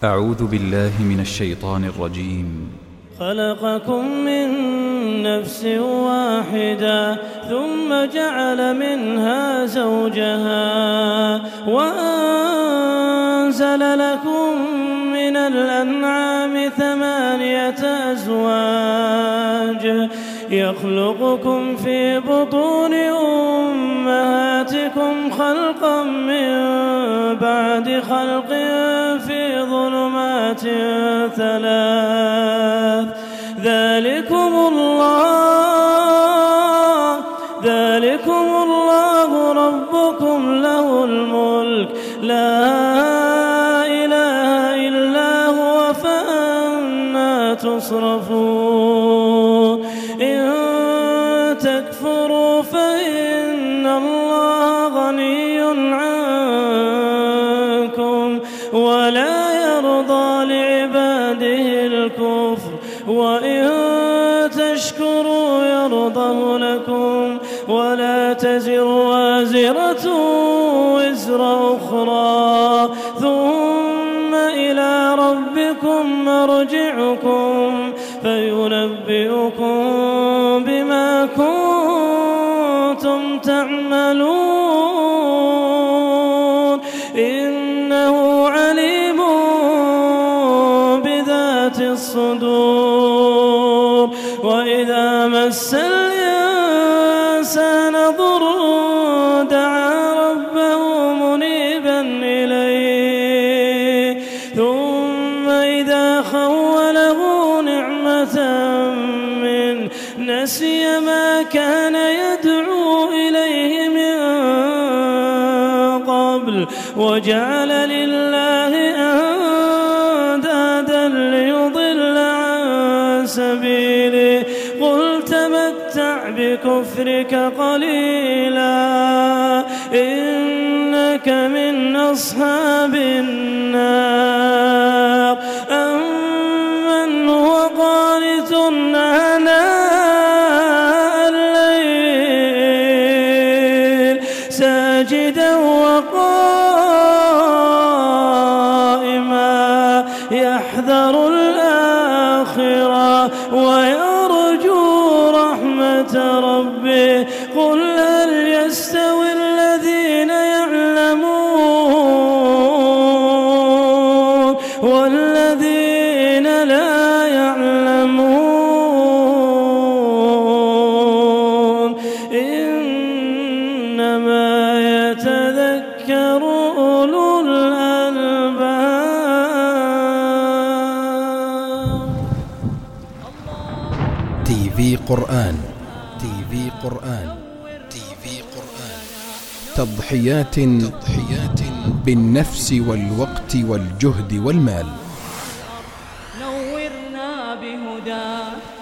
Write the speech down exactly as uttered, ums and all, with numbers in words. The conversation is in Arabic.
أعوذ بالله من الشيطان الرجيم. خلقكم من نفس واحدة ثم جعل منها زوجها وأنزل لكم من الأنعام ثمانية أزواج يخلقكم في بطون أمهاتكم خلقا من بعد خلق في ظلمات ثلاث ذلكم الله ذلكم الله ربكم له الملك لا إله إلا هو فأنى تصرفون إن تكفروا فإن الله غني عنكم ولا يرضى لعباده الكفر وإن تشكروا يرضه لكم ولا تزر وازرة وزر أخرى ثم إلى ربكم مرجعكم فينبئكم بما كنتم تعملون إنه عليم بذات الصدور وإذا مس الإنسان ضر دعا ربه منيبا إليه ثم إذا خوله نعمة منه نسي ما كان يدعو إليه من قبل وجعل لله أندادا ليضل عن سبيله قل تمتع بكفرك قليلا إنك من أصحاب النار أمن هو قانت آناء الليل ساجدا وقائما يحذر الآخرة ويرجو رحمة ربه قل هل يستوي الذين يعلمون والذين لا يعلمون إنما يتذكر أولو الألباب. تي في قرآن تي في قرآن تي في قرآن تضحيات تضحيات بالنفس والوقت والجهد والمال. نورنا بهداك